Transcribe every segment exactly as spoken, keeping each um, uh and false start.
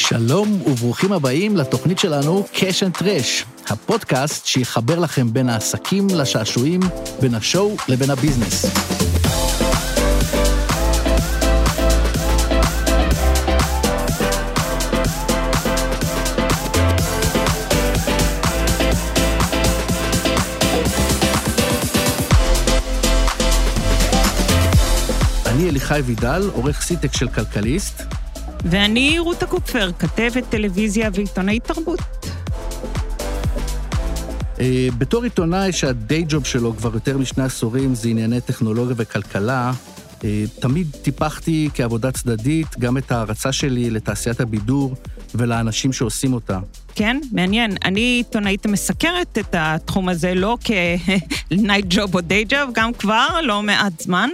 שלום וברוכים הבאים לתוכנית שלנו Cash and Trash, הפודקאסט שיחבר לכם בין העסקים לשעשועים, בין השואו לבין הביזנס. אני אליחי וידל, עורך סיטק של כלכליסט. ואני רותה קופפר, כתבת טלוויזיה ועיתונאית תרבות. בתור עיתונאי שהדיי ג'וב שלו כבר יותר משני עשורים זה ענייני טכנולוגיה וכלכלה, תמיד טיפחתי כעבודה צדדית גם את ההרצה שלי לתעשיית הבידור ולאנשים שעושים אותה. כן, מעניין. אני עיתונאית מסקרת את התחום הזה לא כ-נייט ג'וב או דיי ג'וב, גם כבר לא מעט זמן.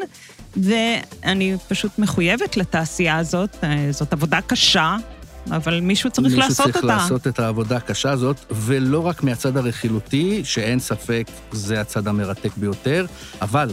ואני פשוט מחויבת לתעשייה הזאת, זאת עבודה קשה, אבל מישהו צריך מישהו לעשות צריך אותה. מישהו צריך לעשות את העבודה הקשה הזאת, ולא רק מהצד הרכילותי, שאין ספק זה הצד המרתק ביותר, אבל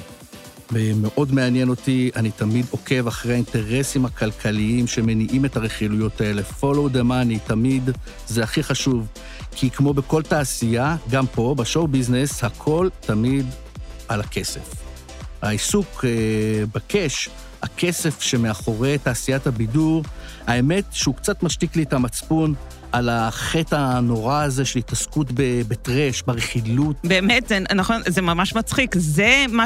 מאוד מעניין אותי, אני תמיד עוקב אחרי האינטרסים הכלכליים שמניעים את הרכילויות האלה. follow the money, תמיד זה הכי חשוב, כי כמו בכל תעשייה, גם פה, בשואו ביזנס, הכל תמיד על הכסף. העיסוק אה, בקש, הכסף שמאחורי תעשיית הבידור, האמת שהוא קצת משתיק לי את המצפון על החטא הנורא הזה של התעסקות בטרש, ברכילות. באמת, זה, נכון, זה ממש מצחיק. זה מה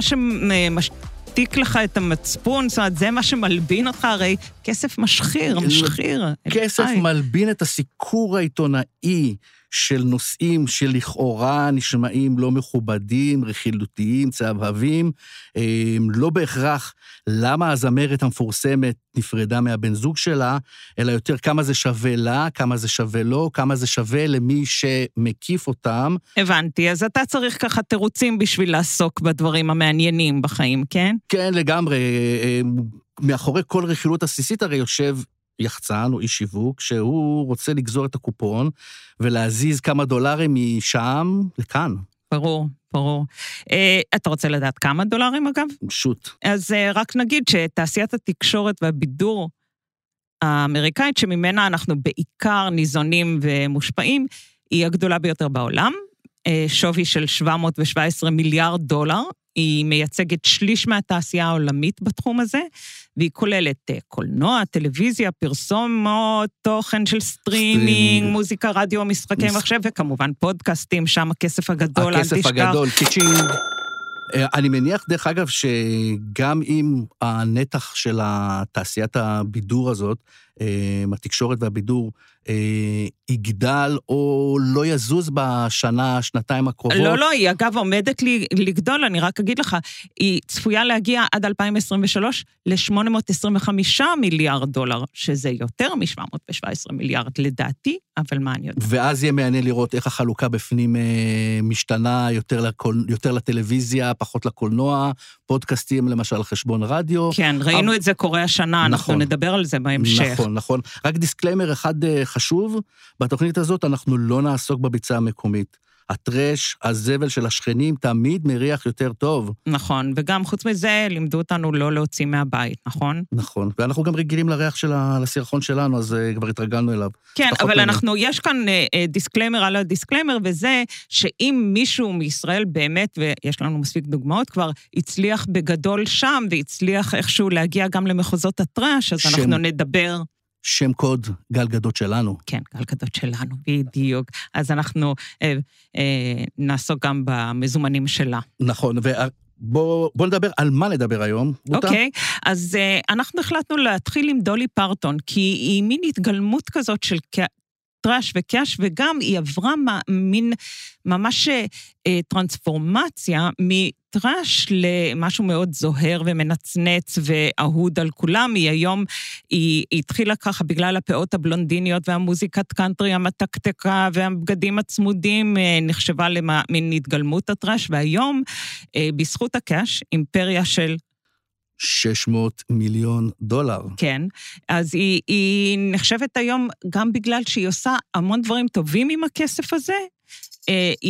שמשתיק לך את המצפון, זאת אומרת, זה מה שמלבין אותך, הרי כסף משחיר, משחיר. כסף אי. מלבין את הסיקור העיתונאי של נושאים שלכאורה נשמעים לא מכובדים, רכילותיים, צהבהבים, לא בהכרח למה הזמרת המפורסמת נפרדה מהבן זוג שלה, אלא יותר כמה זה שווה לה, כמה זה שווה לו, כמה זה שווה למי שמקיף אותם. הבנתי, אז אתה צריך ככה תירוצים בשביל לעסוק בדברים המעניינים בחיים, כן? כן, לגמרי. מאחורי כל רכילות עסיסית הרי יושב יחצן או איש שיווק, שהוא רוצה לגזור את הקופון, ולהזיז כמה דולרים משם לכאן. ברור, ברור. אה, אתה רוצה לדעת כמה דולרים אגב? שוט. אז אה, רק נגיד שתעשיית התקשורת והבידור האמריקאית, שממנה אנחנו בעיקר ניזונים ומושפעים, היא הגדולה ביותר בעולם, אה, שווי של שבע מאות שבע עשרה מיליארד דולר, היא מייצגת שליש מהתעשייה העולמית בתחום הזה, והיא כוללת קולנוע, טלוויזיה, פרסומות, תוכן של סטרימינג, סטרימינג. מוזיקה, רדיו, משחקי מס... מחשב, וכמובן פודקאסטים, שם הכסף הגדול, אל תשכח. הכסף הגדול, קיצ'ינג. אני מניח, דרך אגב, שגם אם הנתח של תעשיית הבידור הזאת, התקשורת והבידור, יגדל או לא יזוז בשנה, שנתיים הקרובות. לא, לא, היא אגב עומדת לי לגדול, אני רק אגיד לך, היא צפויה להגיע עד אלפיים עשרים ושלוש ל-שמונה מאות עשרים וחמישה מיליארד דולר, שזה יותר מ-שבע מאות שבע עשרה מיליארד לדעתי, אבל מה אני יודעת. ואז יהיה מעניין לראות איך החלוקה בפנים משתנה יותר, לקול, יותר לטלוויזיה, פחות לקולנוע, פודקאסטים למשל חשבון רדיו. כן, ראינו אבל... את זה קורה השנה, נכון, אנחנו נדבר על זה בהמשך. נכון, נכון. רק דיסקליימר אחד חשוב, בתוכנית הזאת אנחנו לא נעסוק בביצה המקומית. הטרש, הזבל של השכנים, תמיד מריח יותר טוב. נכון, וגם חוץ מזה, לימדו אותנו לא להוציא מהבית, נכון? נכון, ואנחנו גם רגילים לריח של הסירחון שלנו, אז כבר התרגלנו אליו. כן, אבל אנחנו, יש כאן דיסקליימר על הדיסקליימר, וזה שאם מישהו מישראל באמת, ויש לנו מספיק דוגמאות כבר, הצליח בגדול שם, והצליח איכשהו להגיע גם למחוזות הטרש, אז אנחנו נדבר... שם קוד גל גדות שלנו. כן, גל גדות שלנו, בדיוק. אז אנחנו אה, אה, נעסוק גם במזומנים שלה. נכון, ובוא בוא נדבר על מה נדבר היום. אוקיי, okay, אז אה, אנחנו החלטנו להתחיל עם דולי פרטון, כי היא מין התגלמות כזאת של טרש וקש, וגם היא עברה מין ממש אה, טרנספורמציה מטרש למשהו מאוד זוהר ומנצנץ ואהוד על כולם. היא היום, היא, היא התחילה ככה בגלל הפאות הבלונדיניות והמוזיקת קאנטרי המתקתקה והבגדים הצמודים, אה, נחשבה למין התגלמות הטרש, והיום אה, בזכות הקש, אימפריה של שש מאות מיליון דולר. כן, אז היא, היא נחשבת היום גם בגלל שהיא עושה המון דברים טובים עם הכסף הזה, היא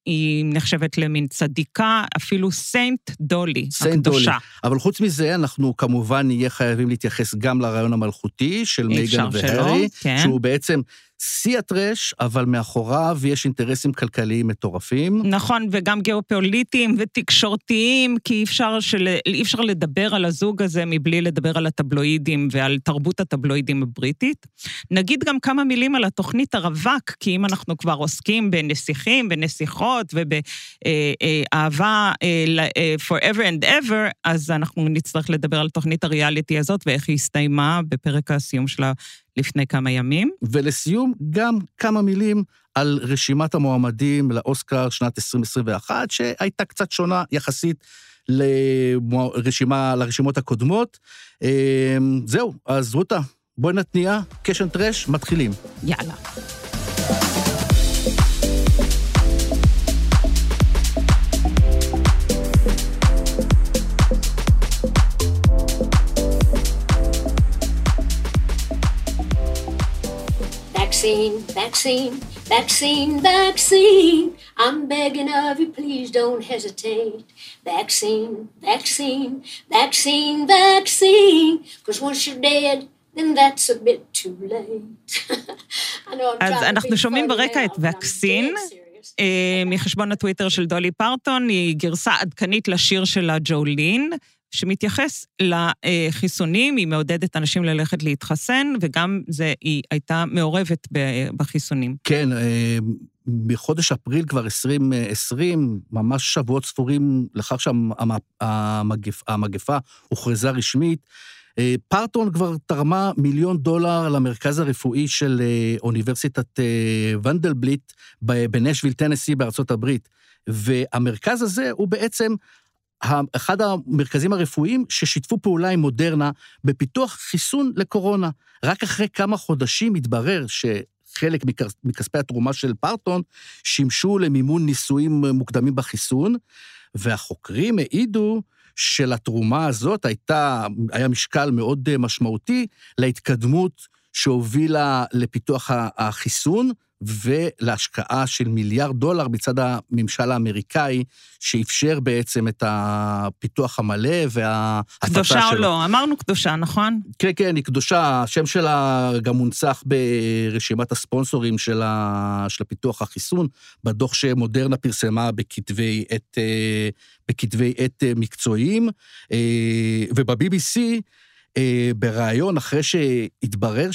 היא נחשבת למין צדיקה, אפילו סיינט דולי, סיינט הקדושה. דולי. אבל חוץ מזה, אנחנו כמובן נהיה חייבים להתייחס גם לרעיון המלכותי של מייגן והרי, כן. שהוא בעצם שיא הטרש, אבל מאחוריו יש אינטרסים כלכליים מטורפים. נכון, וגם גיאופוליטיים ותקשורתיים, כי אי אפשר, של... אי אפשר לדבר על הזוג הזה מבלי לדבר על הטבלואידים ועל תרבות הטבלואידים הבריטית. נגיד גם כמה מילים על התוכנית הרווק, כי אם אנחנו כבר עוסקים בנסיכים, בנסיכות ובאהבה forever and ever, אז אנחנו נצטרך לדבר על תוכנית הריאליטי הזאת ואיך היא הסתיימה בפרק הסיום שלה לפני כמה ימים. ולסיום, גם כמה מילים על רשימת המועמדים לאוסקר שנת עשרים עשרים ואחת, שהייתה קצת שונה יחסית לרשימה, לרשימות הקודמות. זהו, אז רותה, בואי נתניע, קשן טרש, מתחילים. יאללה. Vaccine, vaccine, vaccine, vaccine. I'm begging of you, please don't hesitate. Vaccine, vaccine, vaccine, vaccine. Because once you're dead, then that's a bit too late. אז אנחנו שומעים ברקע את ואקסין, מחשבון הטוויטר של דולי פרטון, היא גרסה עדכנית לשיר שלה ג'ולין, שמתייחס לחיסונים, היא מעודדת אנשים ללכת להתחסן, וגם זה, היא הייתה מעורבת בחיסונים. כן, בחודש אפריל כבר עשרים עשרים, ממש שבועות ספורים לכך שהמגפה הוכרזה רשמית, פרטון כבר תרמה מיליון דולר למרכז הרפואי של אוניברסיטת ונדלבליט, בנשוויל, טנסי, בארצות הברית, והמרכז הזה הוא בעצם אחד המרכזים הרפואיים ששיתפו פעולה עם מודרנה בפיתוח חיסון לקורונה. רק אחרי כמה חודשים התברר שחלק מכספי התרומה של פרטון שימשו למימון ניסויים מוקדמים בחיסון, והחוקרים העידו שלתרומה הזאת הייתה, היה משקל מאוד משמעותי להתקדמות שהובילה לפיתוח החיסון, ולהשקעה של מיליארד דולר מצד הממשל האמריקאי, שאפשר בעצם את הפיתוח המלא וההפצה שלו. קדושה או לא? אמרנו קדושה, נכון? כן, כן, היא קדושה. השם שלה גם מונצח ברשימת הספונסורים של הפיתוח החיסון, בדוח שמודרנה פרסמה בכתבי עת, בכתבי עת מקצועיים, וב-בי בי סי, ברעיון, אחרי שהתברר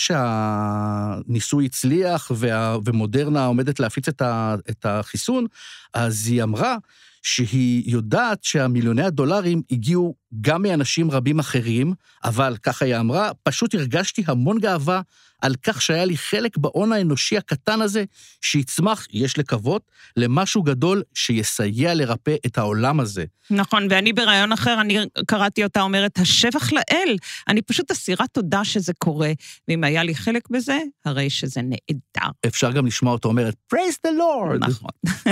שהניסוי הצליח ומודרנה עומדת להפיץ את החיסון, אז היא אמרה שהיא יודעת שהמיליוני הדולרים הגיעו גם מאנשים רבים אחרים, אבל ככה היא אמרה, פשוט הרגשתי המון גאווה על כך שהיה לי חלק בהון האנושי הקטן הזה, שיצמח, יש לקוות, למשהו גדול שיסייע לרפא את העולם הזה. נכון, ואני ברעיון אחר, אני קראתי אותה אומרת, השבח לאל, אני פשוט אסירה תודה שזה קורה, ואם היה לי חלק בזה, הרי שזה נהדר. אפשר גם לשמוע אותה אומרת, praise the Lord. נכון.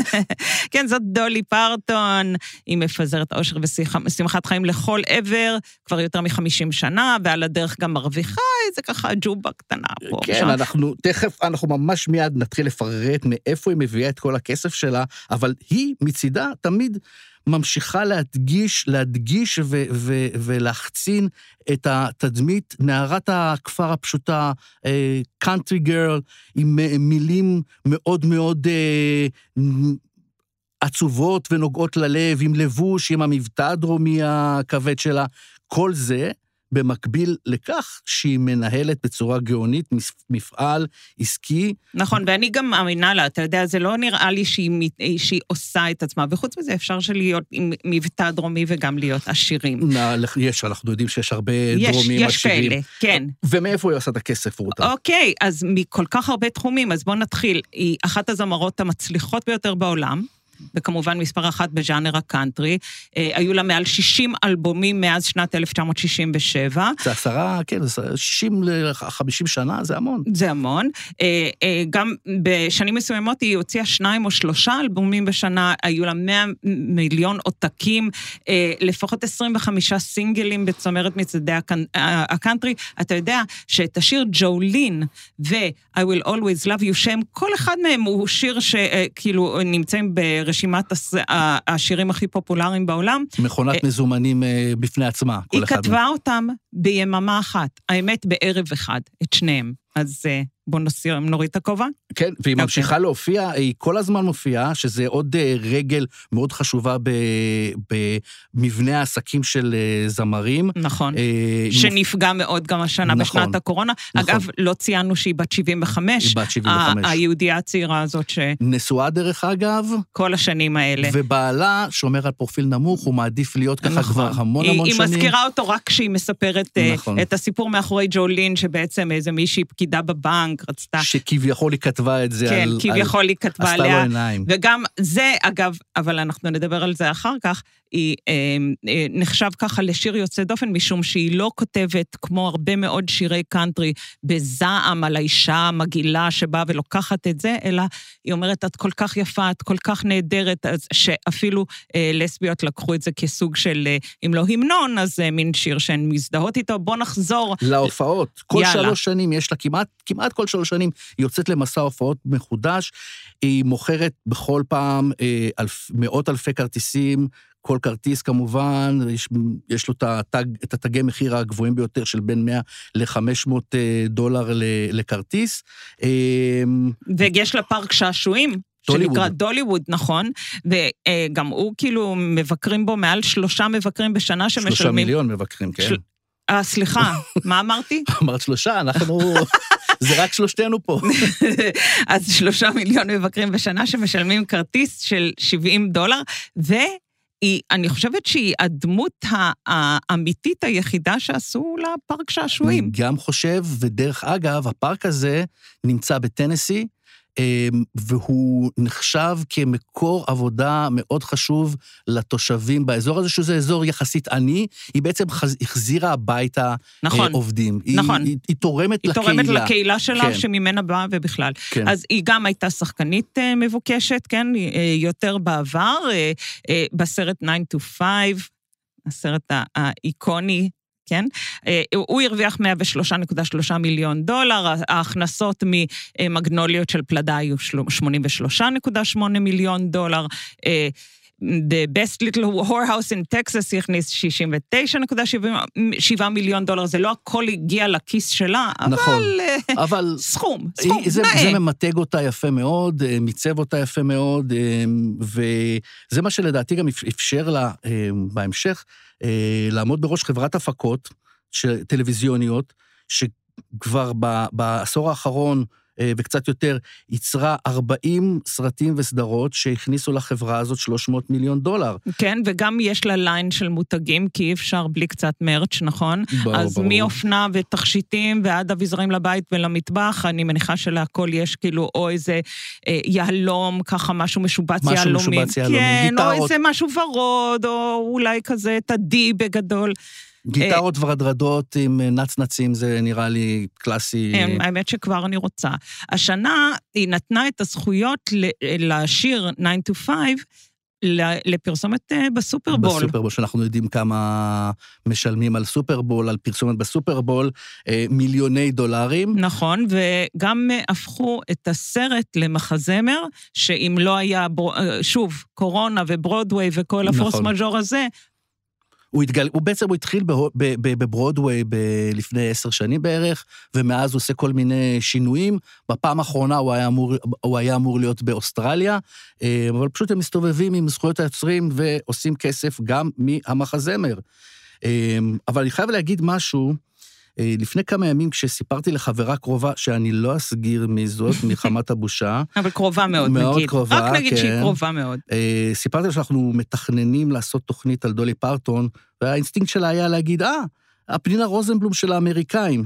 כן, זאת דולי פרטון, היא מפזרת אושר ושמחת חיים לכל עבר, כבר יותר מחמישים שנה, ועל הדרך גם מרוויחה, זה ככה ג'ובה קטנה. כן, אנחנו, תכף, אנחנו ממש מיד נתחיל לפרט מאיפה היא מביאה את כל הכסף שלה, אבל היא מצידה תמיד ממשיכה להדגיש, להדגיש ו- ו- ולהחצין את התדמית, נערת הכפר הפשוטה, country girl, עם מילים מאוד מאוד עצובות ונוגעות ללב, עם לבוש, עם המבטא הדרומי הכבד שלה, כל זה, במקביל לכך שהיא מנהלת בצורה גאונית מפעל עסקי. נכון, ואני גם מאמינה לה, אתה יודע, זה לא נראה לי שהיא, שהיא עושה את עצמה, וחוץ מזה אפשר להיות עם מבטא דרומי וגם להיות עשירים. יש, אנחנו יודעים שיש הרבה יש, דרומים יש עשירים. יש כאלה, כן. ומאיפה היא עושה את הכסף, רותה? אוקיי, אז מכל כך הרבה תחומים, אז בואו נתחיל. היא אחת הזמרות המצליחות ביותר בעולם, וכמובן מספר אחת בז'אנר הקאנטרי, היו לה מעל שישים אלבומים מאז שנת אלף תשע מאות שישים ושבע. זה עשרה, כן, שישים לחמישים שנה, זה המון. זה המון. גם בשנים מסוימות היא הוציאה שניים או שלושה אלבומים בשנה, היו לה מאה מיליון עותקים, לפחות עשרים וחמישה סינגלים בצמרת מצעדי הקאנטרי. אתה יודע שאת השיר ג'ולין ו- I will always love you, שהם כל אחד מהם הוא שיר שכאילו נמצאים ב... ברשימת השירים הכי פופולריים בעולם. מכונת מזומנים בפני עצמה, כל אחד. היא כתבה אותם ביממה אחת, האמת בערב אחד, את שניהם. אז בואו נוריד את הכובע. כן, והיא ממשיכה להופיע, היא כל הזמן מופיעה, שזה עוד רגל מאוד חשובה במבנה העסקים של זמרים. נכון, שנפגע מאוד גם השנה בשנת הקורונה. אגב, לא ציינו שהיא בת שבעים וחמש. היא בת שבעים וחמש. היהודייה הצעירה הזאת ש... נשואה דרך אגב. כל השנים האלה. ובעלה שומר על פרופיל נמוך, הוא מעדיף להיות ככה כבר המון המון שנים. היא מזכירה אותו רק כשהיא מספרת את הסיפור מאחורי ג'ולין, שבעצם איזה מישהי פקידה בבנק רצתה. שכביכול היא כתבה את זה. כן, על, כביכול על, היא כתבה עשתה עליה. לו עיניים. וגם זה, אגב, אבל אנחנו נדבר על זה אחר כך, היא אה, אה, נחשב ככה לשיר יוצא דופן, משום שהיא לא כותבת כמו הרבה מאוד שירי קאנטרי, בזעם על האישה המגעילה שבאה ולוקחת את זה, אלא היא אומרת, את כל כך יפה, את כל כך נהדרת, אז שאפילו אה, לסביות לקחו את זה כסוג של, אה, אם לא המנון, אז אה, מין שיר שהן מזדהות איתו, בוא נחזור. להופעות. כל יאללה. שלוש שנים יש לה כמעט, כמעט כל שלוש שנים, היא יוצאת למסע הופעות מחודש, היא מוכרת בכל פעם אה, אלף, מאות אלפי כרטיסים, כל כרטיס כמובן, יש, יש לו את, התג, את התגי מחיר הגבוהים ביותר של בין מאה ל-חמש מאות דולר לכרטיס. ויש לה פארק שעשועים, דוליווד. שנקרא דוליווד, נכון, וגם הוא כאילו מבקרים בו מעל שלושה מבקרים בשנה שמשלמים. שלושה מיליון מבקרים, כן. של... אה, סליחה, מה אמרתי? אמרת שלושה, אנחנו... זה רק שלושתנו פה. אז שלושה מיליון מבקרים בשנה שמשלמים כרטיס של שבעים דולר, ו... היא, אני חושבת שהיא הדמות האמיתית היחידה שעשו לפארק שעשועים. אני גם חושב, ודרך אגב, הפארק הזה נמצא בטנסי, והוא נחשב כמקור עבודה מאוד חשוב לתושבים באזור הזה, שזה אזור יחסית עני, היא בעצם החזירה הביתה נכון, עובדים. נכון. היא, היא, היא תורמת היא לקהילה. היא תורמת לקהילה שלה, כן. שממנה באה ובכלל. כן. אז היא גם הייתה שחקנית מבוקשת, כן, יותר בעבר, בסרט nine to five, הסרט האיקוני, כן? הוא הרוויח מאה ושלוש נקודה שלוש מיליון דולר, ההכנסות ממגנוליות של פלדה היו שמונים ושלוש נקודה שמונה מיליון דולר, The Best Little Whorehouse in Texas הכניס שישים ותשע נקודה שבע מיליון דולר, זה לא הכל הגיע לכיס שלה, נכון, אבל, אבל סכום, סכום זה, נאה. זה ממתג אותה יפה מאוד, מיצב אותה יפה מאוד, וזה מה שלדעתי גם אפשר לה בהמשך, לעמוד בראש חברת הפקות טלוויזיוניות, שכבר בעשור האחרון, וקצת יותר, יצרה ארבעים סרטים וסדרות שהכניסו לחברה הזאת שלוש מאות מיליון דולר. כן, וגם יש לה ליין של מותגים, כי אי אפשר בלי קצת מרץ', נכון? ברור, אז ברור. מאופנה ותכשיטים ועד אביזרים לבית ולמטבח, אני מניחה שלהכל יש כאילו או איזה אה, יהלום, ככה משהו משובץ משהו יהלומים. משובץ יהלומים, כן, גיטרות. או איזה משהו ורוד, או אולי כזה תדי בגדול. גיטרות ורדרדות עם נצנצים, זה נראה לי קלאסי. האמת שכבר אני רוצה. השנה היא נתנה את הזכויות לשיר nine to five, לפרסומת בסופרבול. בסופרבול, שאנחנו יודעים כמה משלמים על סופרבול, על פרסומת בסופרבול, מיליוני דולרים. נכון, וגם הפכו את הסרט למחזמר, שאם לא היה, שוב, קורונה וברודווי וכל הפורס מז'ור הזה, הוא, התגל... הוא בעצם הוא התחיל בברודווי לפני עשר שנים בערך, ומאז הוא עושה כל מיני שינויים. בפעם האחרונה הוא היה אמור, הוא היה אמור להיות באוסטרליה, אבל פשוט הם מסתובבים עם זכויות היוצרים ועושים כסף גם מהמחזמר. אבל אני חייב להגיד משהו, לפני כמה ימים כשסיפרתי לחברה קרובה, שאני לא אסגיר מזאת, מחמת הבושה. אבל קרובה מאוד, מאוד נגיד. קרובה, רק נגיד כן. שהיא קרובה מאוד. סיפרתי שאנחנו מתכננים לעשות תוכנית על דולי פרטון, והאינסטינקט שלה היה להגיד, אה, הפנינה רוזנבלום של האמריקאים.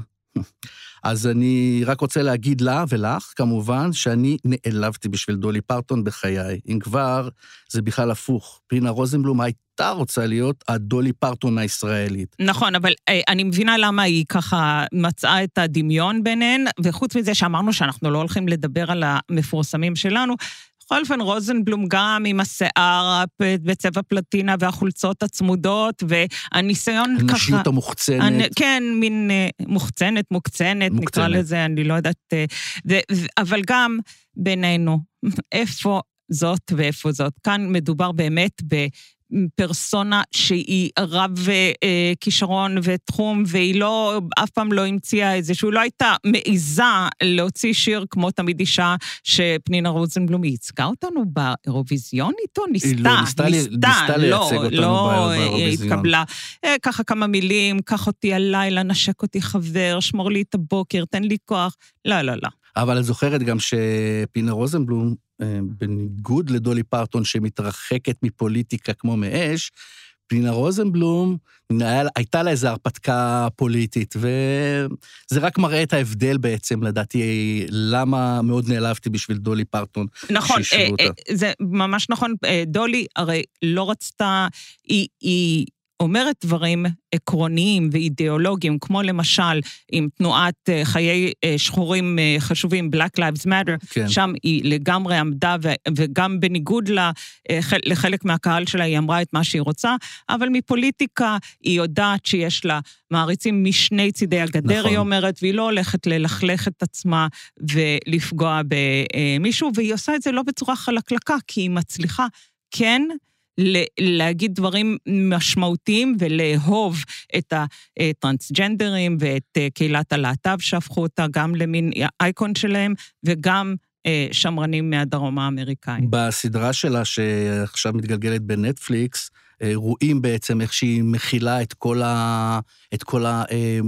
אז אני רק רוצה להגיד לה ולך, כמובן, שאני נעלבתי בשביל דולי פרטון בחיי. אם כבר, זה בכלל הפוך. פנינה רוזנבלום הייתה רוצה להיות הדולי פרטון הישראלית. נכון, אבל אני מבינה למה היא ככה מצאה את הדמיון ביניהן, וחוץ מזה שאמרנו שאנחנו לא הולכים לדבר על המפורסמים שלנו, בכל אופן רוזנבלום גם עם השיער בצבע פלטינה והחולצות הצמודות, והניסיון ככה... הנשיות המוחצנת. כן, מין מוחצנת, מוקצנת, נקרא לזה, אני לא יודעת. אבל גם בינינו, איפה זאת ואיפה זאת. כאן מדובר באמת ב... פרסונה שהיא רב אה, כישרון ותחום, והיא לא, אף פעם לא המציאה איזשהו, לא הייתה מעיזה להוציא שיר כמו תמיד אישה שפנינה רוזנבלום ייצגה אותנו באירוויזיון איתו, ניסתה, לא, ניסתה, ניסתה, ניסתה לא, לייצג אותנו לא באירוויזיון. התקבלה. אה, ככה כמה מילים, קח אותי הלילה, נשק אותי חבר, שמור לי את הבוקר, תן לי כוח, לא, לא, לא. אבל את זוכרת גם שפנינה רוזנבלום, בניגוד לדולי פרטון שמתרחקת מפוליטיקה כמו מאש, פנינה רוזנבלום הייתה לה איזו הרפתקה פוליטית, וזה רק מראה את ההבדל בעצם, לדעתי, למה מאוד נעלבתי בשביל דולי פרטון. נכון, זה ממש נכון, דולי הרי לא רצתה, היא... היא אומרת דברים עקרוניים ואידיאולוגיים, כמו למשל עם תנועת חיי שחורים חשובים, Black Lives Matter, כן. שם היא לגמרי עמדה, וגם בניגוד לחלק מהקהל שלה, היא אמרה את מה שהיא רוצה, אבל מפוליטיקה היא יודעת שיש לה מעריצים משני צידי הגדר, נכון. היא אומרת, והיא לא הולכת ללכלך את עצמה ולפגוע במישהו, והיא עושה את זה לא בצורה חלקלקה, כי היא מצליחה, כן, להגיד דברים משמעותיים ולאהוב את הטרנסג'נדרים ואת קהילת הלהט"ב שהפכו אותה גם למין אייקון שלהם וגם שמרנים מהדרום האמריקאי. בסדרה שלה שעכשיו מתגלגלת בנטפליקס, רואים בעצם איך שהיא מכילה את כל ה... את כל ה...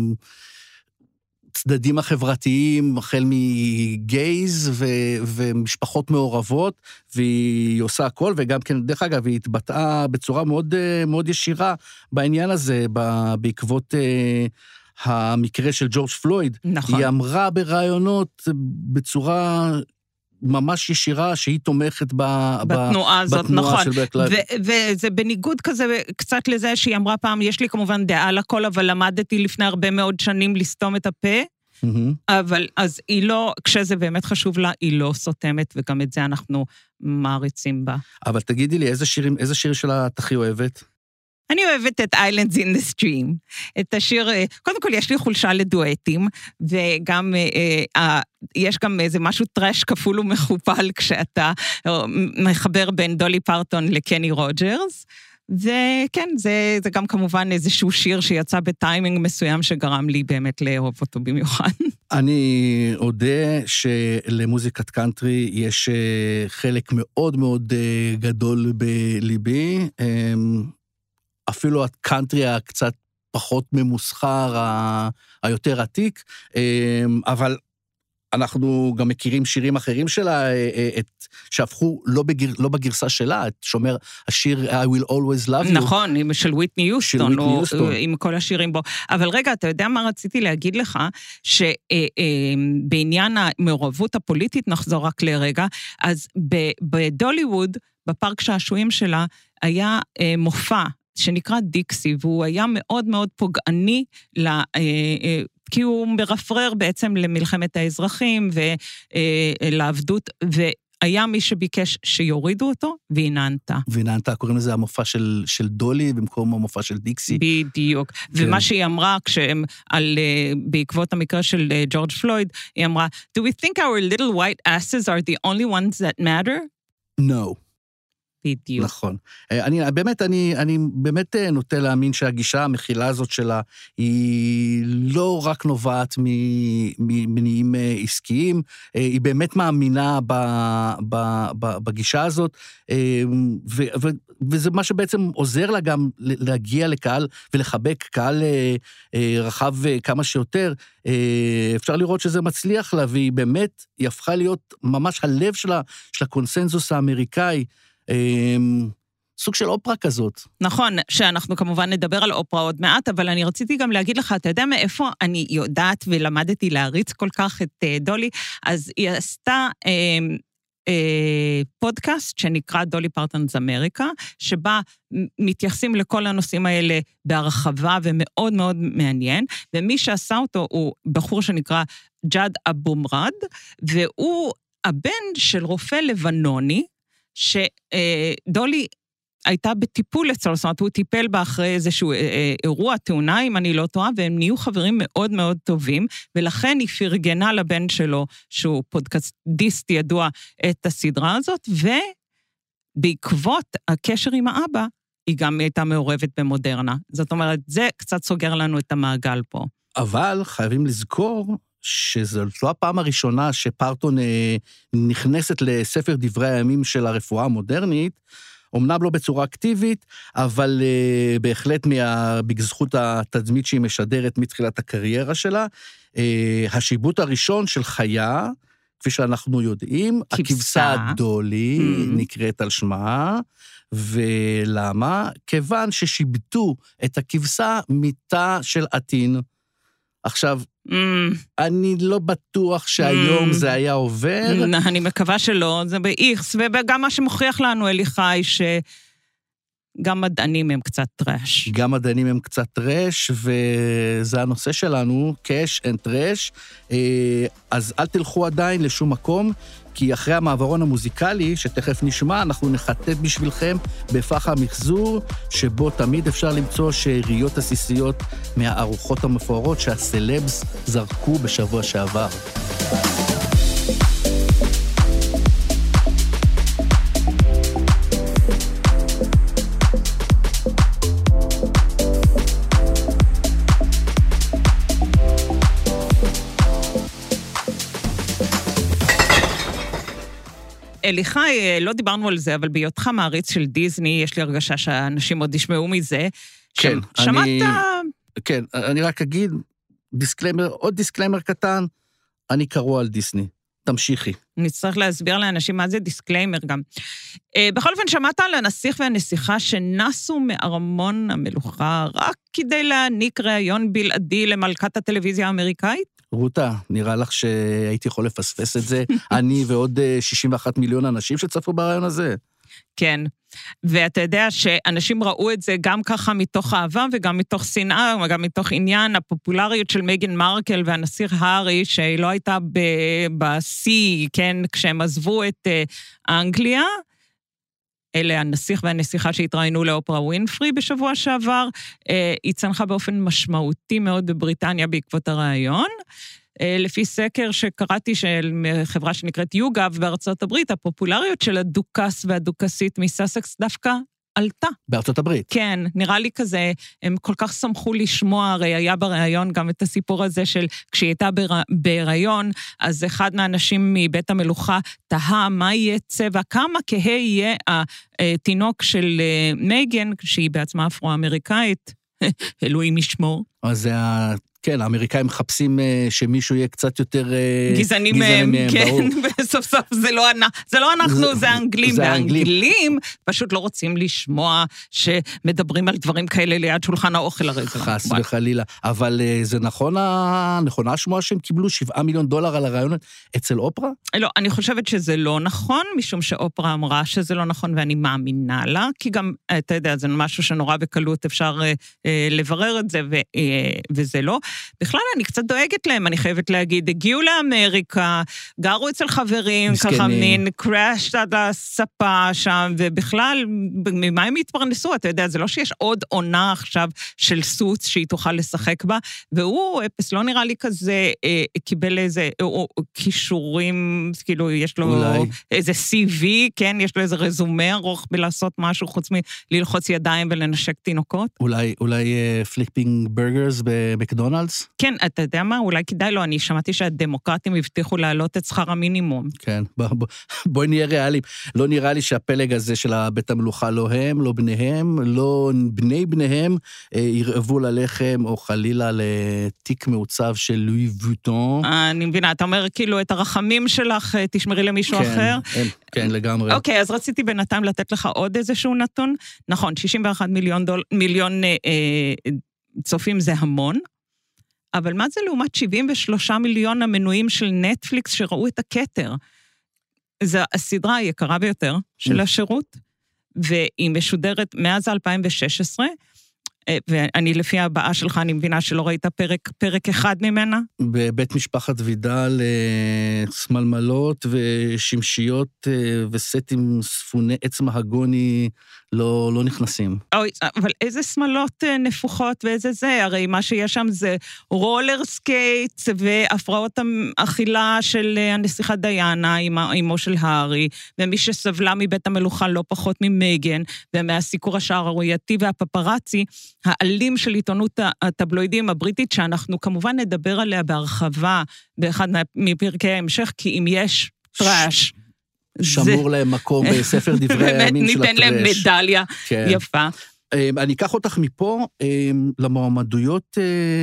צדדים החברתיים, החל מגייז ו- ומשפחות מעורבות, והיא עושה הכל, וגם כן, דרך אגב, היא התבטאה בצורה מאוד, מאוד ישירה בעניין הזה, בעקבות uh, המקרה של ג'ורג' פלויד. נכון. היא אמרה ברעיונות בצורה ממש ישירה, שהיא תומכת ב- בתנועה הזאת, בתנועה נכון. של בלק לייב. ו- וזה בניגוד כזה, קצת לזה שהיא אמרה פעם, יש לי כמובן דעה לכל, אבל למדתי לפני הרבה מאוד שנים לסתום את הפה, mm-hmm. אבל אז היא לא, כשזה באמת חשוב לה, היא לא סותמת, וגם את זה אנחנו מעריצים בה. אבל תגידי לי, איזה שירים, איזה שיר שלה את הכי אוהבת? אני אוהבת את Islands in the Stream, את השיר, קודם כל יש לי חולשה לדואטים, וגם אה, יש גם איזה משהו טרש כפול ומכופל, כשאתה מחבר בין דולי פרטון לקני רוג'רס, וכן, זה, זה גם כמובן איזשהו שיר שיצא בטיימינג מסוים, שגרם לי באמת לאהוב אותו במיוחד. אני יודע שלמוזיקת קאנטרי יש חלק מאוד מאוד גדול בליבי, אפילו הקאנטרי הקצת פחות ממוסחר, היותר עתיק, אבל אנחנו גם מכירים שירים אחרים שלה, את, שהפכו לא, בגר, לא בגרסה שלה, את שומר השיר I will always love you. נכון, של וויטני יוסטון, או, עם כל השירים בו. אבל רגע, אתה יודע מה רציתי להגיד לך? שבעניין המעורבות הפוליטית, נחזור רק לרגע, אז בדוליווד, בפארק שעשועים שלה, היה מופע, שנקרא דיקסי, והוא היה מאוד מאוד פוגעני, לה, כי הוא מרפרר בעצם למלחמת האזרחים ולעבדות, והיה מי שביקש שיורידו אותו, והיא נענתה. והיא נענתה, קוראים לזה המופע של, של דולי, במקום המופע של דיקסי. בדיוק. כן. ומה שהיא אמרה, כשהם, על, בעקבות המקרה של ג'ורג' פלויד, היא אמרה, Do we think our little white asses are the only ones that matter? No. בדיוק. נכון. אני, באמת, אני, אני באמת נוטה להאמין שהגישה המכילה הזאת שלה, היא לא רק נובעת ממניעים עסקיים, היא באמת מאמינה ב, ב, ב, בגישה הזאת, ו, ו, וזה מה שבעצם עוזר לה גם להגיע לקהל ולחבק קהל רחב כמה שיותר. אפשר לראות שזה מצליח לה, והיא באמת, היא הפכה להיות ממש הלב שלה, של הקונסנזוס האמריקאי, סוג של אופרה כזאת. נכון, שאנחנו כמובן נדבר על אופרה עוד מעט, אבל אני רציתי גם להגיד לך, אתה יודע מאיפה אני יודעת ולמדתי להריץ כל כך את דולי, אז היא עשתה אה, אה, פודקאסט שנקרא דולי פרטונס אמריקה, שבה מתייחסים לכל הנושאים האלה בהרחבה ומאוד מאוד מעניין, ומי שעשה אותו הוא בחור שנקרא ג'אד אבומרד, והוא הבן של רופא לבנוני, שדולי הייתה בטיפול אצלו, זאת אומרת, הוא טיפל בה אחרי איזשהו אירוע, תאונה, אם אני לא טועה, והם נהיו חברים מאוד מאוד טובים, ולכן היא פרגנה לבן שלו, שהוא פודקאסטיסט ידוע, את הסדרה הזאת, בעקבות הקשר עם האבא, היא גם הייתה מעורבת במודרנה. זאת אומרת, זה קצת סוגר לנו את המעגל פה. אבל חייבים לזכור שזאת לא הפעם הראשונה שפרטון נכנסת לספר דברי הימים של הרפואה המודרנית, אמנם לא בצורה אקטיבית, אבל uh, בהחלט מה, בזכות התדמית שהיא משדרת מתחילת הקריירה שלה. Uh, השיבוט הראשון של חיה, כפי שאנחנו יודעים, הכבשה דולי mm. נקראת על שמה, ולמה? כיוון ששיבטו את הכבשה מיטה של עתין. עכשיו, mm. אני לא בטוח שהיום mm. זה היה עובר. אני מקווה שלא, זה באיכס, וגם מה שמוכיח לנו, אליחי, שגם מדענים הם קצת טרש. גם מדענים הם קצת טרש, וזה הנושא שלנו, קש and טרש, אז אל תלכו עדיין לשום מקום, כי אחרי המעברון המוזיקלי, שתכף נשמע, אנחנו נחטט בשבילכם בפח המחזור, שבו תמיד אפשר למצוא שאריות עסיסיות מהארוחות המפוארות שהסלבס זרקו בשבוע שעבר. אליחי, לא דיברנו על זה, אבל בהיותך מעריץ של דיזני, יש לי הרגשה שהאנשים עוד ישמעו מזה. כן, שמעת... אני... כן, אני רק אגיד, דיסקליימר, עוד דיסקליימר קטן, אני קרוא על דיסני. תמשיכי. נצטרך להסביר לאנשים מה זה דיסקליימר גם. בכל אופן, שמעת על הנסיך והנסיכה שנסו מארמון המלוכה, רק כדי להעניק ראיון בלעדי למלכת הטלוויזיה האמריקאית? רותה, נראה לך שהייתי יכול לפספס את זה, אני ועוד שישים ואחד מיליון אנשים שצפו ברעיון הזה. כן, ואתה יודע שאנשים ראו את זה גם ככה מתוך אהבה וגם מתוך שנאה, וגם מתוך עניין הפופולריות של מייגן מרקל והנסיך הארי, שהיא לא הייתה ב-C, כן, כשהם עזבו את אנגליה, אלה הנסיך והנסיכה שהתראינו לאופרה ווינפרי בשבוע שעבר, היא צנחה באופן משמעותי מאוד בבריטניה בעקבות הרעיון, לפי סקר שקראתי של חברה שנקראת יוגב בארצות הברית, הפופולריות של הדוקס והדוקסית מססקס דווקא עלתה. בארצות הברית. כן, נראה לי כזה, הם כל כך שמחו לשמוע, הרי היה בראיון גם את הסיפור הזה של כשהיא הייתה בהיריון, אז אחד מהאנשים מבית המלוכה תהה מה יהיה צבע, כמה כהה יהיה התינוק של מייגן, שהיא בעצמה אפרו-אמריקאית, אלוהים ישמור. אז זה ה... כן, האמריקאים מחפשים שמישהו יהיה קצת יותר גזעני מהם, כן, בסוף סוף זה לא אנחנו, זה האנגלים, והאנגלים פשוט לא רוצים לשמוע שמדברים על דברים כאלה ליד שולחן האוכל הרי. חס וחלילה, אבל זה נכון, נכונה השמועה שהם קיבלו שבעה מיליון דולר על הרעיון אצל אופרה? לא, אני חושבת שזה לא נכון, משום שאופרה אמרה שזה לא נכון ואני מאמינה לה, כי גם, אתה יודע, זה משהו שנורא בקלות אפשר לברר את זה, וזה לא. בכלל, אני קצת דואגת להם, אני חייבת להגיד, הגיעו לאמריקה, גרו אצל חברים, ככה מין קראש עד הספה שם, ובכלל, ממה הם התפרנסו? אתה יודע, זה לא שיש עוד עונה עכשיו של סוץ שהיא תוכל לשחק בה, והוא, אפס, לא נראה לי כזה, אה, קיבל איזה או, או, כישורים, כאילו, יש לו אולי. איזה סי וי, כן, יש לו איזה רזומה ארוך בלעשות משהו, חוץ מללחוץ ידיים ולנשק תינוקות. אולי, אולי פליקפינג ברגרס בקדונלדס? כן, אתה יודע מה? אולי כדאי לו, אני שמעתי שהדמוקרטים הבטיחו להעלות את שכר המינימום. כן, בוא, בוא, בואי נהיה ריאליים. לא נראה לי שהפלג הזה של בית המלוכה, לא הם, לא בניהם, לא בני בניהם, ירעבו ללחם או חלילה לתיק מעוצב של לואי ויטון. אני מבינה, אתה אומר כאילו את הרחמים שלך תשמרי למישהו כן, אחר? כן, כן, לגמרי. אוקיי, אז רציתי בינתיים לתת לך עוד איזשהו נתון. נכון, שישים ואחד מיליון, דול, מיליון אה, אה, צופים זה המון, אבל מה זה לעומת שבעים ושלושה מיליון המנויים של נטפליקס שראו את הכתר? זו הסדרה היקרה ביותר של השירות, והיא משודרת מאז אלפיים ושש עשרה, ואני לפי הבאה שלך, אני מבינה שלא ראית פרק, פרק אחד ממנה? בבית משפחת וידל, סמלמלות ושמשיות וסטים ספוני עץ מהגוני לא, לא נכנסים. אוי, אבל איזה סמלות נפוחות ואיזה זה? הרי מה שיש שם זה רולר סקייט והפרעות האכילה של הנסיכה דיינה, אמו של הארי, ומי שסבלה מבית המלוכה לא פחות ממגן, ומהסיקור השערורייתי והפפרצי, האלים של עיתונות הטבלואידים הבריטית, שאנחנו כמובן נדבר עליה בהרחבה באחד מפרקי ההמשך, כי אם יש טראש, שמור להם מקום בספר דברי הימים של הטראש. ניתן להם מדליה יפה. אני אקח אותך מפה למועמדויות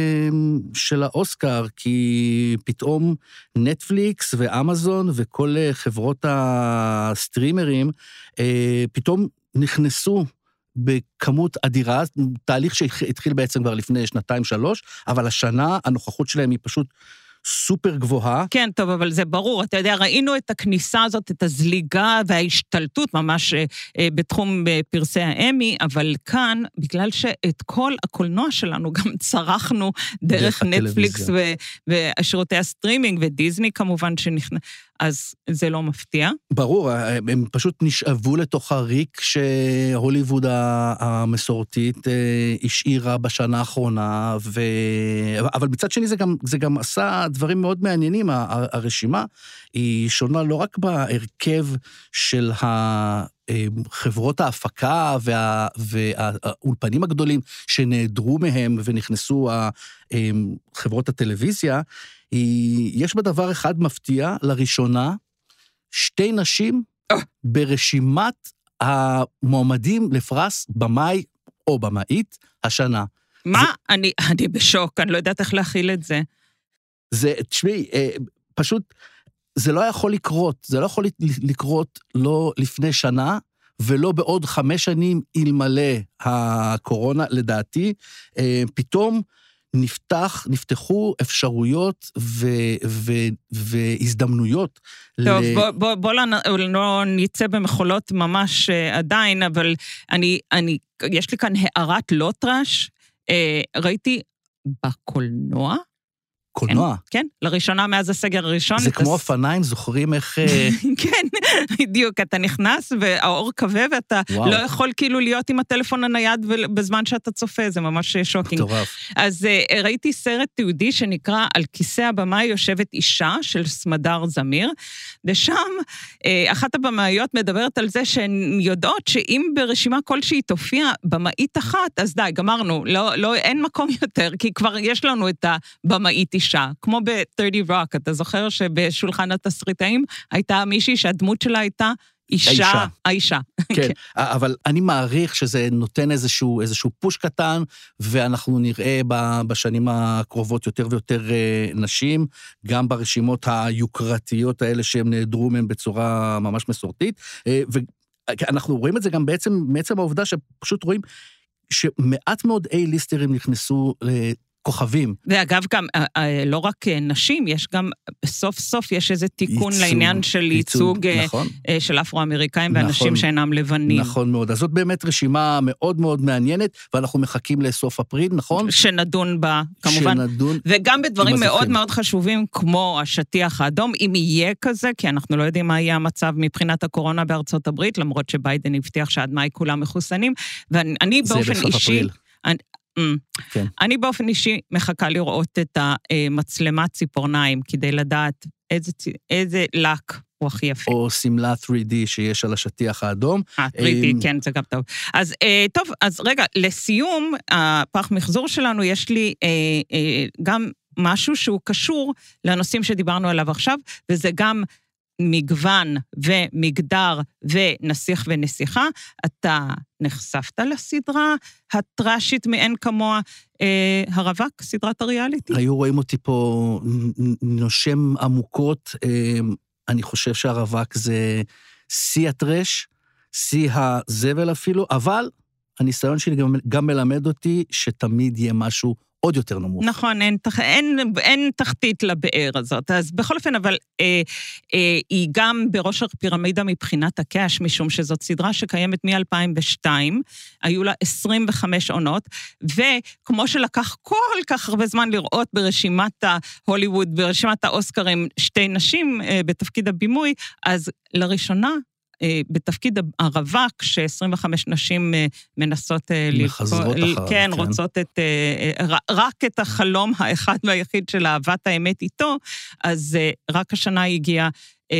של האוסקר, כי פתאום נטפליקס ואמזון וכל חברות הסטרימרים פתאום נכנסו בכמות אדירה, תהליך שהתחיל בעצם כבר לפני שנתיים שלוש, אבל השנה הנוכחות שלהם היא פשוט סופר גבוהה. כן, טוב, אבל זה ברור. אתה יודע, ראינו את הכניסה הזאת, את הזליגה וההשתלטות ממש אה, בתחום פרסי האמי, אבל כאן, בגלל שאת כל הקולנוע שלנו גם צרכנו דרך נטפליקס ושירותי הסטרימינג, ודיזני כמובן שנכנס, אז זה לא מפתיע. ברור, הם פשוט נשאבו לתוך הריק שהוליווד המסורתית השאירה בשנה האחרונה, ו... אבל מצד שני זה גם, זה גם עשה דברים מאוד מעניינים. הרשימה היא שונה לא רק בהרכב של חברות ההפקה וה... והאולפנים הגדולים שנעדרו מהם ונכנסו חברות הטלוויזיה, יש בדבר אחד מפתיע, לראשונה, שתי נשים ברשימת המועמדים לפרס במאי או במאית השנה. מה? זה... אני, אני בשוק, אני לא יודעת איך להכיל את זה. זה, תשמעי, פשוט, זה לא יכול לקרות, זה לא יכול לקרות לא לפני שנה, ולא בעוד חמש שנים אלמלא הקורונה, לדעתי, פתאום, נפתח, נפתחו אפשרויות ו, ו, והזדמנוויות. טוב, ל... בוא, בוא, בוא לא, לא ניצא במחולות ממש עדיין, אבל אני, אני, יש לי כאן הערת לא טרש, ראיתי בקולנוע, קולנוע? כן, לראשונה מאז הסגר הראשון. זה כמו אופניים, זוכרים איך... כן, בדיוק, אתה נכנס והאור כבה, ואתה לא יכול כאילו להיות עם הטלפון הנייד בזמן שאתה צופה, זה ממש שוקינג. מטורף. אז ראיתי סרט תיעודי שנקרא על כיסא הבמאי יושבת אישה של סמדר זמיר, ושם אחת הבמאיות מדברת על זה שהן יודעות שאם ברשימה כלשהי תופיע במאית אחת, אז די, גמרנו, לא, לא, אין מקום יותר, כי כבר יש לנו את הבמאית אישה. כמו ב-שלושים Rock, אתה זוכר שבשולחן התסריטאים הייתה מישהי שהדמות שלה הייתה אישה, האישה. האישה. כן, אבל אני מעריך שזה נותן איזשהו, איזשהו פוש קטן, ואנחנו נראה בשנים הקרובות יותר ויותר נשים, גם ברשימות היוקרתיות האלה שהם נעדרו מהם בצורה ממש מסורתית, ואנחנו רואים את זה גם בעצם, בעצם העובדה שפשוט רואים שמעט מאוד איי-ליסטרים נכנסו כוכבים. ואגב, גם, לא רק נשים, יש גם, סוף סוף יש איזה תיקון ייצוג, לעניין של ייצוג, ייצוג נכון. של אפרו-אמריקאים נכון, ואנשים שאינם לבנים. נכון מאוד. אז זאת באמת רשימה מאוד מאוד מעניינת, ואנחנו מחכים לסוף אפריל, נכון? שנדון בה, כמובן. שנדון. וגם בדברים מאוד הזוכים. מאוד חשובים, כמו השטיח האדום, אם יהיה כזה, כי אנחנו לא יודעים מה יהיה המצב מבחינת הקורונה בארצות הברית, למרות שביידן הבטיח שעד מאי כולם מחוסנים, ואני באופן אישי... אני, כן. אני באופן אישי מחכה לראות את המצלמת ציפורניים, כדי לדעת איזה, איזה לק הוא הכי יפה. או סמלה שלוש די שיש על השטיח האדום. אה, שלוש די, כן, זה גם טוב. אז טוב, אז רגע, לסיום, הפח מחזור שלנו, יש לי גם משהו שהוא קשור לנושאים שדיברנו עליו עכשיו, וזה גם מגוון ומגדר ונסיך ונסיכה. אתה נחשפת לסדרה הטרשית מאין כמוה, אה, הרווק, סדרת הריאליטי? היו רואים אותי פה נושם עמוקות, אה, אני חושב שהרווק זה שיא הטרש, שיא הזבל אפילו, אבל הניסיון שלי גם, גם מלמד אותי שתמיד יהיה משהו עוד יותר נמוך. נכון, אין, אין, אין תחתית לבאר הזאת. אז בכל אופן, אבל אה, אה, היא גם בראש הפירמידה מבחינת הקאש, משום שזאת סדרה שקיימת מ-אלפיים ושתיים, היו לה עשרים וחמש עונות, וכמו שלקח כל כך הרבה זמן לראות ברשימת ההוליווד, ברשימת האוסקרים, שתי נשים אה, בתפקיד הבימוי, אז לראשונה, בתפקיד הרווק, ש-עשרים וחמש נשים מנסות... מחזרות אחריו, כן, כן, רוצות את, רק את החלום האחד והיחיד של אהבת האמת איתו, אז רק השנה הגיע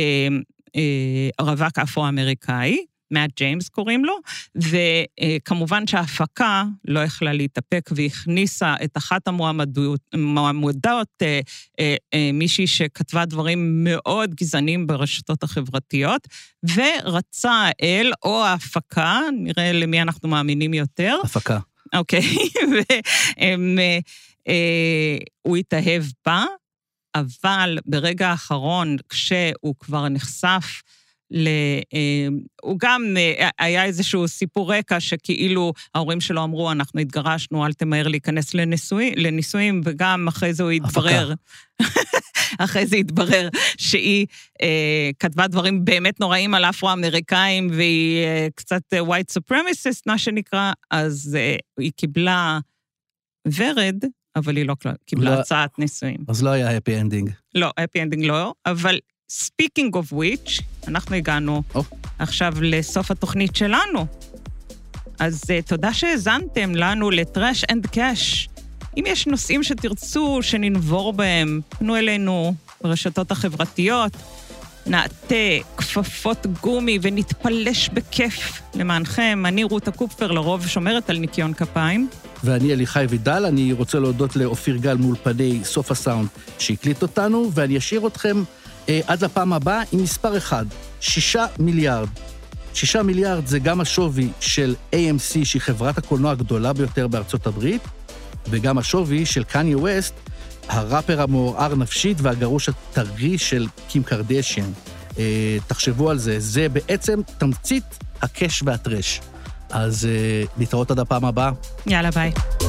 הרווק אפרו-אמריקאי, מאט ג'יימס קוראים לו, וכמובן שההפקה לא יכלה להתאפק, והכניסה את אחת המועמדות, מישהי שכתבה דברים מאוד גזענים ברשתות החברתיות, ורצה האל או ההפקה, נראה למי אנחנו מאמינים יותר. הפקה. אוקיי, והוא התאהב בה, אבל ברגע האחרון, כשהוא כבר נחשף, הוא גם היה איזשהו סיפור רקע שכאילו ההורים שלו אמרו, אנחנו התגרשנו, אל תמהר להיכנס לנישואים, וגם אחרי זה הוא התברר, אחרי זה התברר שהיא כתבה דברים באמת נוראים על אפרו-אמריקאים, והיא קצת white supremacist, מה שנקרא, אז היא קיבלה ורד, אבל היא לא קיבלה הצעת נישואים. אז לא היה happy ending. לא, happy ending לא, אבל speaking of which, אנחנו הגענו oh. עכשיו לסוף התוכנית שלנו. אז uh, תודה שהזנתם לנו לטרש אנד קאש. אם יש נושאים שתרצו שננבור בהם, פנו אלינו ברשתות החברתיות, נעטה כפפות גומי ונתפלש בכיף למענכם. אני רותה קופפר, לרוב שומרת על ניקיון כפיים. ואני אליחי וידל, אני רוצה להודות לאופיר גל מאולפני סוף הסאונד שהקליט אותנו, ואני אשאיר אתכם עד לפעם הבאה עם מספר אחד, שישה מיליארד. שישה מיליארד זה גם השווי של איי אם סי, שהיא חברת הקולנוע הגדולה ביותר בארצות הברית, וגם השווי של קניה ווסט, הראפר המעורער נפשית והגרוש הטרי של קים קרדשיאן. תחשבו על זה, זה בעצם תמצית הקש והטרש. אז נתראות עד הפעם הבאה. יאללה, ביי.